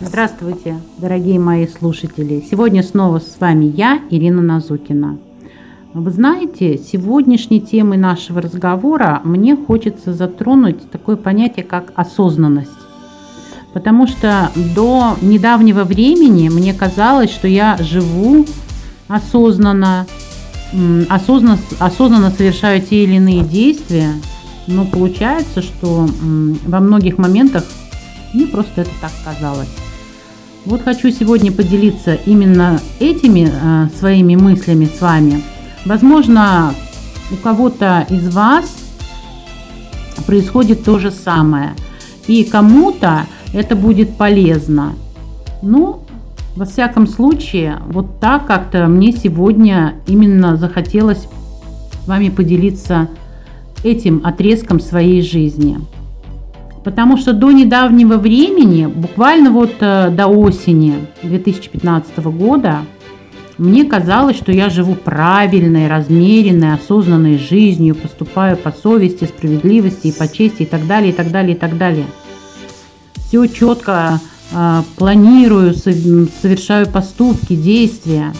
Здравствуйте, дорогие мои слушатели! Сегодня снова с вами я, Ирина Назукина. Вы знаете, сегодняшней темой нашего разговора мне хочется затронуть такое понятие, как осознанность. Потому что до недавнего времени мне казалось, что я живу осознанно, осознанно совершаю те или иные действия, но получается, что во многих моментах мне просто это так казалось. Вот хочу сегодня поделиться именно этими своими мыслями с вами. Возможно, у кого-то из вас происходит то же самое, и кому-то это будет полезно. Но, во всяком случае, вот так как-то мне сегодня именно захотелось с вами поделиться этим отрезком своей жизни. Потому что до недавнего времени, буквально вот до осени 2015 года, мне казалось, что я живу правильной, размеренной, осознанной жизнью, поступаю по совести, справедливости и по чести и так далее, и так далее, и так далее. Все четко планирую, совершаю поступки, действия.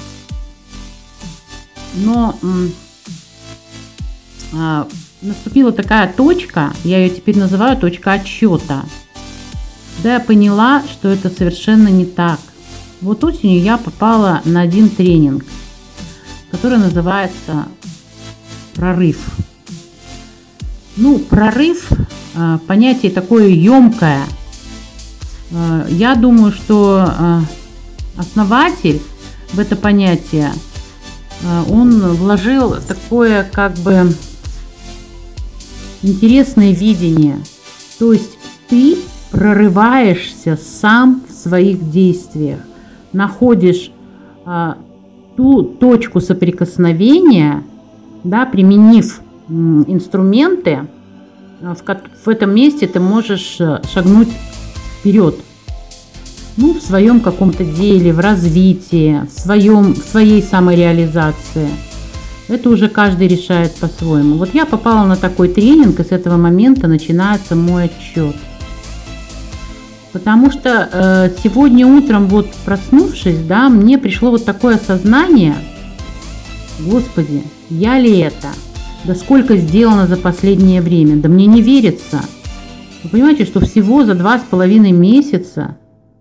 Но наступила такая точка, я ее теперь называю точка отсчета. Да, я поняла, что это совершенно не так. Вот осенью я попала на один тренинг, который называется «Прорыв». Ну, прорыв – понятие такое емкое. Я думаю, что основатель в это понятие, он вложил такое как бы интересное видение. То есть ты прорываешься сам в своих действиях, находишь ту точку соприкосновения, да, применив инструменты, в этом месте ты можешь шагнуть вперед. Ну, в своем каком-то деле, в развитии, в своей самореализации. Это уже каждый решает по-своему. Вот я попала на такой тренинг, и с этого момента начинается мой отсчет. Потому что сегодня утром, вот проснувшись, да, мне пришло вот такое осознание: Господи, я ли это? Да сколько сделано за последнее время? Да мне не верится. Вы понимаете, что всего за 2,5 месяца.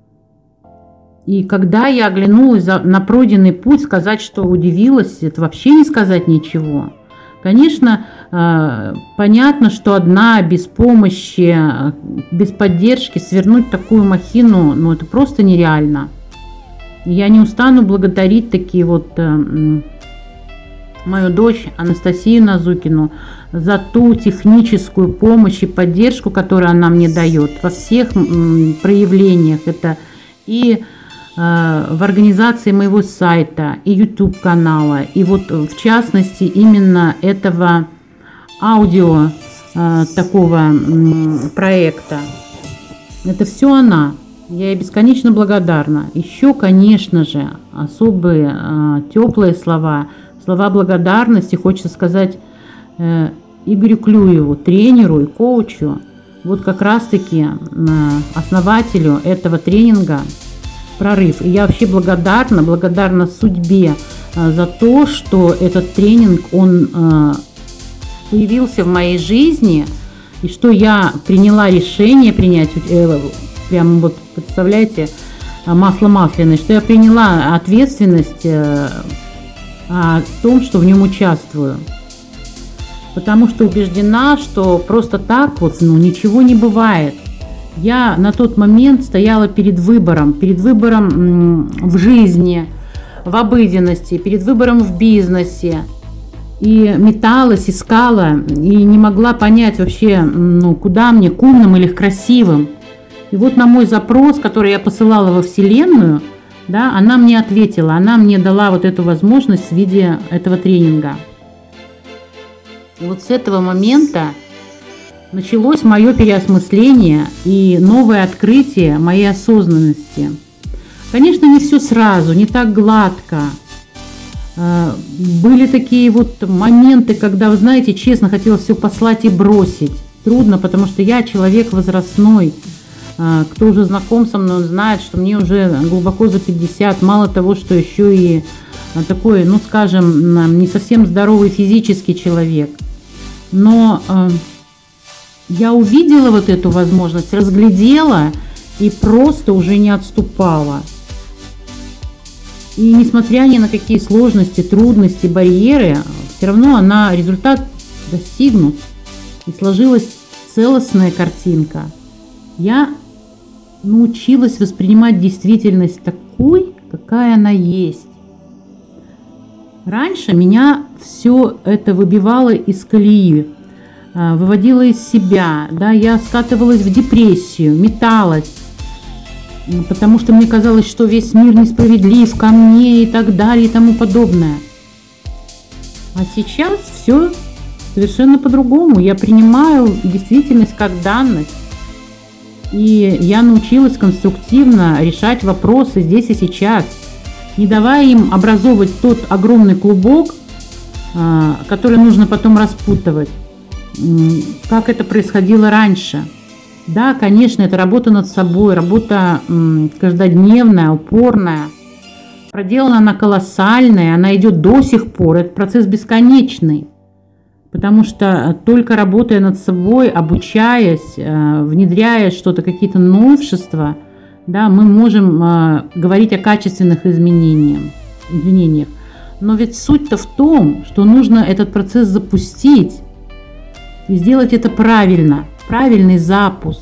И когда я оглянулась на пройденный путь, сказать, что удивилась, это вообще не сказать ничего. Конечно, понятно, что одна, без помощи, без поддержки свернуть такую махину, ну это просто нереально. Я не устану благодарить такие вот мою дочь Анастасию Назукину за ту техническую помощь и поддержку, которую она мне дает во всех проявлениях. Это и в организации моего сайта и YouTube канала, и вот в частности именно этого аудио такого проекта. Это все она. Я ей бесконечно благодарна. Еще, конечно же, особые теплые слова благодарности хочется сказать Игорю Клюеву, тренеру и коучу, вот как раз-таки основателю этого тренинга «Прорыв». И я вообще благодарна судьбе за то, что этот тренинг, он появился в моей жизни, и что я приняла решение принять, прям вот представляете, масло масляное, что я приняла ответственность о том, что в нем участвую. Потому что убеждена, что просто так вот, ничего не бывает. Я на тот момент стояла перед выбором в жизни, в обыденности, перед выбором в бизнесе. И металась, искала, и не могла понять вообще, куда мне, к умным или к красивым. И вот на мой запрос, который я посылала во Вселенную, да, она мне ответила, она мне дала вот эту возможность в виде этого тренинга. И вот с этого момента началось мое переосмысление и новое открытие моей осознанности. Конечно, не все сразу, не так гладко. Были такие вот моменты, когда, вы знаете, честно, хотелось все послать и бросить. Трудно, потому что я человек возрастной. Кто уже знаком со мной, он знает, что мне уже глубоко за 50. Мало того, что еще и такой, ну скажем, не совсем здоровый физический человек. Но я увидела вот эту возможность, разглядела и просто уже не отступала. И несмотря ни на какие сложности, трудности, барьеры, все равно результат достигнут. И сложилась целостная картинка. Я научилась воспринимать действительность такой, какая она есть. Раньше меня все это выбивало из колеи, выводило из себя. Да, я скатывалась в депрессию, металась, потому что мне казалось, что весь мир несправедлив ко мне и так далее и тому подобное. А сейчас все совершенно по-другому. Я принимаю действительность как данность. И я научилась конструктивно решать вопросы здесь и сейчас, не давая им образовывать тот огромный клубок, который нужно потом распутывать, как это происходило раньше. Да, конечно, это работа над собой, работа каждодневная, упорная. Проделана она колоссальная, она идет до сих пор, это процесс бесконечный. Потому что только работая над собой, обучаясь, внедряя что-то, какие-то новшества, да, мы можем говорить о качественных изменениях. Но ведь суть-то в том, что нужно этот процесс запустить и сделать это правильно, правильный запуск.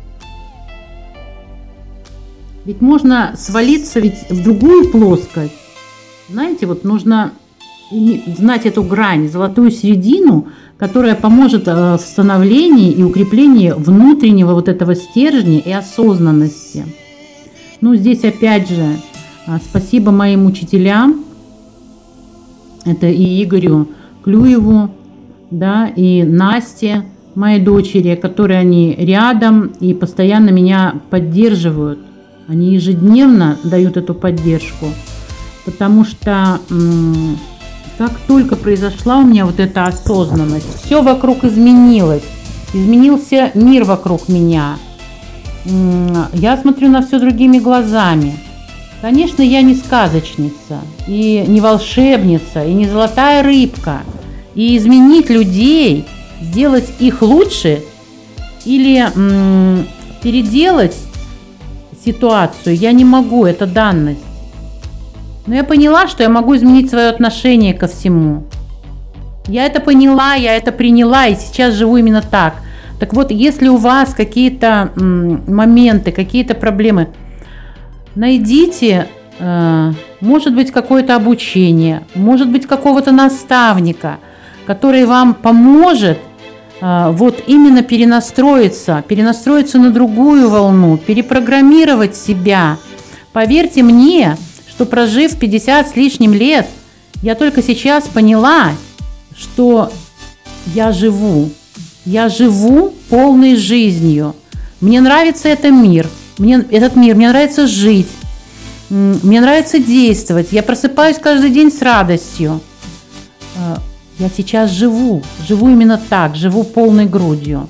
Ведь можно свалиться ведь в другую плоскость. Знаете, вот нужно знать эту грань, золотую середину, которая поможет в становлении и укреплении внутреннего вот этого стержня и осознанности. Ну, здесь опять же спасибо моим учителям, это и Игорю Клюеву, да, и Насте, моей дочери, которые они рядом и постоянно меня поддерживают. Они ежедневно дают эту поддержку, потому что как только произошла у меня вот эта осознанность, все вокруг изменилось, изменился мир вокруг меня. Я смотрю на все другими глазами. Конечно, я не сказочница, и не волшебница, и не золотая рыбка. И изменить людей, сделать их лучше или переделать ситуацию я не могу, это данность. Но я поняла, что я могу изменить свое отношение ко всему. Я это поняла, я это приняла, и сейчас живу именно так. Так вот, если у вас какие-то моменты, какие-то проблемы, найдите, может быть, какое-то обучение, может быть, какого-то наставника, который вам поможет вот именно перенастроиться на другую волну, перепрограммировать себя. Поверьте мне, что прожив 50 с лишним лет, я только сейчас поняла, что я живу полной жизнью. Мне нравится этот мир, мне нравится жить, мне нравится действовать. Я просыпаюсь каждый день с радостью. Я сейчас живу именно так, живу полной грудью.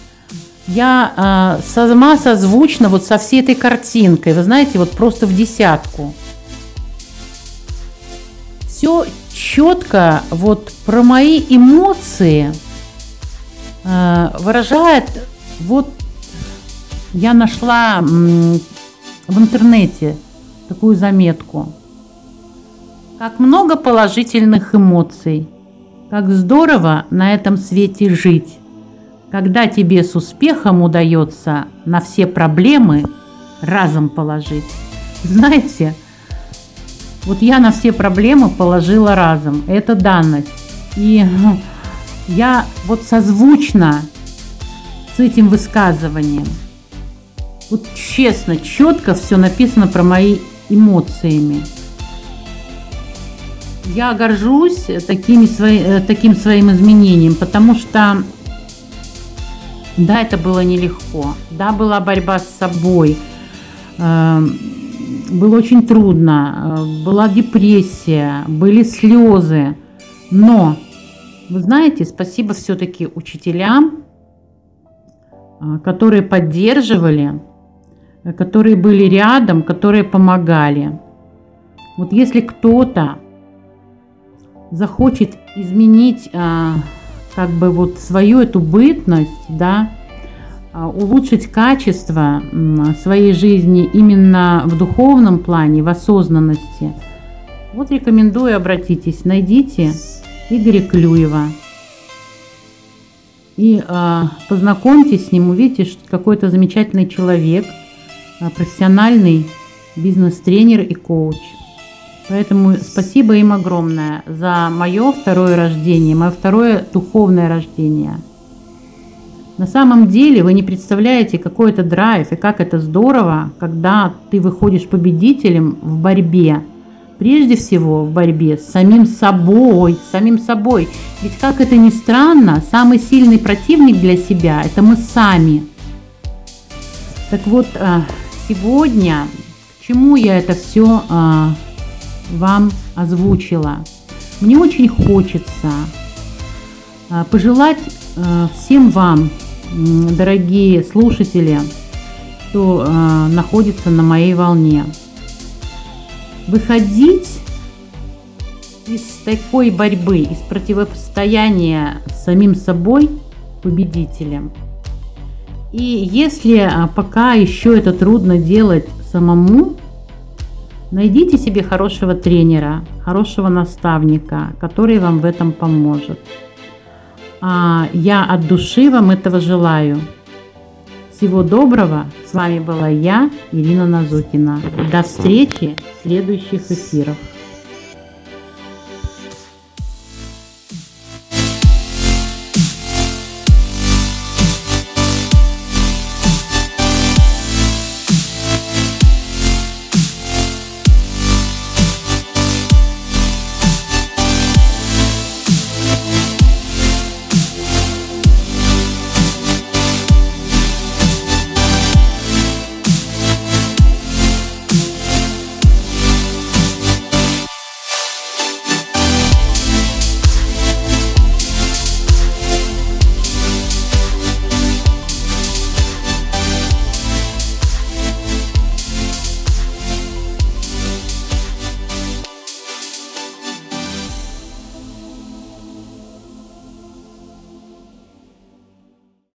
Я сама созвучна вот со всей этой картинкой, вы знаете, вот просто в десятку. Все четко вот про мои эмоции выражает, вот я нашла в интернете такую заметку. Как много положительных эмоций, как здорово на этом свете жить, когда тебе с успехом удается на все проблемы разом положить. Знаете, вот я на все проблемы положила разом, это данность. И я вот созвучна с этим высказыванием. Вот честно, четко все написано про мои эмоциями. Я горжусь таким своим изменением, потому что, да, это было нелегко, да, была борьба с собой, было очень трудно, была депрессия, были слезы, но, вы знаете, спасибо все-таки учителям, которые поддерживали, которые были рядом, которые помогали. Вот если кто-то захочет изменить как бы вот свою эту бытность, да, улучшить качество своей жизни именно в духовном плане, в осознанности, вот рекомендую, обратитесь, найдите Игоря Клюева и познакомьтесь с ним, увидите, что какой-то замечательный человек, профессиональный бизнес-тренер и коуч. Поэтому спасибо им огромное за мое второе рождение, мое второе духовное рождение. На самом деле вы не представляете, какой это драйв и как это здорово, когда ты выходишь победителем в борьбе. Прежде всего в борьбе с самим собой, Ведь как это ни странно, самый сильный противник для себя – это мы сами. Так вот, сегодня, к чему я это все вам озвучила? Мне очень хочется пожелать всем вам, дорогие слушатели, кто находится на моей волне, выходить из такой борьбы, из противостояния с самим собой победителем. И если пока еще это трудно делать самому, найдите себе хорошего тренера, хорошего наставника, который вам в этом поможет. Я от души вам этого желаю. Всего доброго. С вами была я, Ирина Назукина. До встречи в следующих эфирах.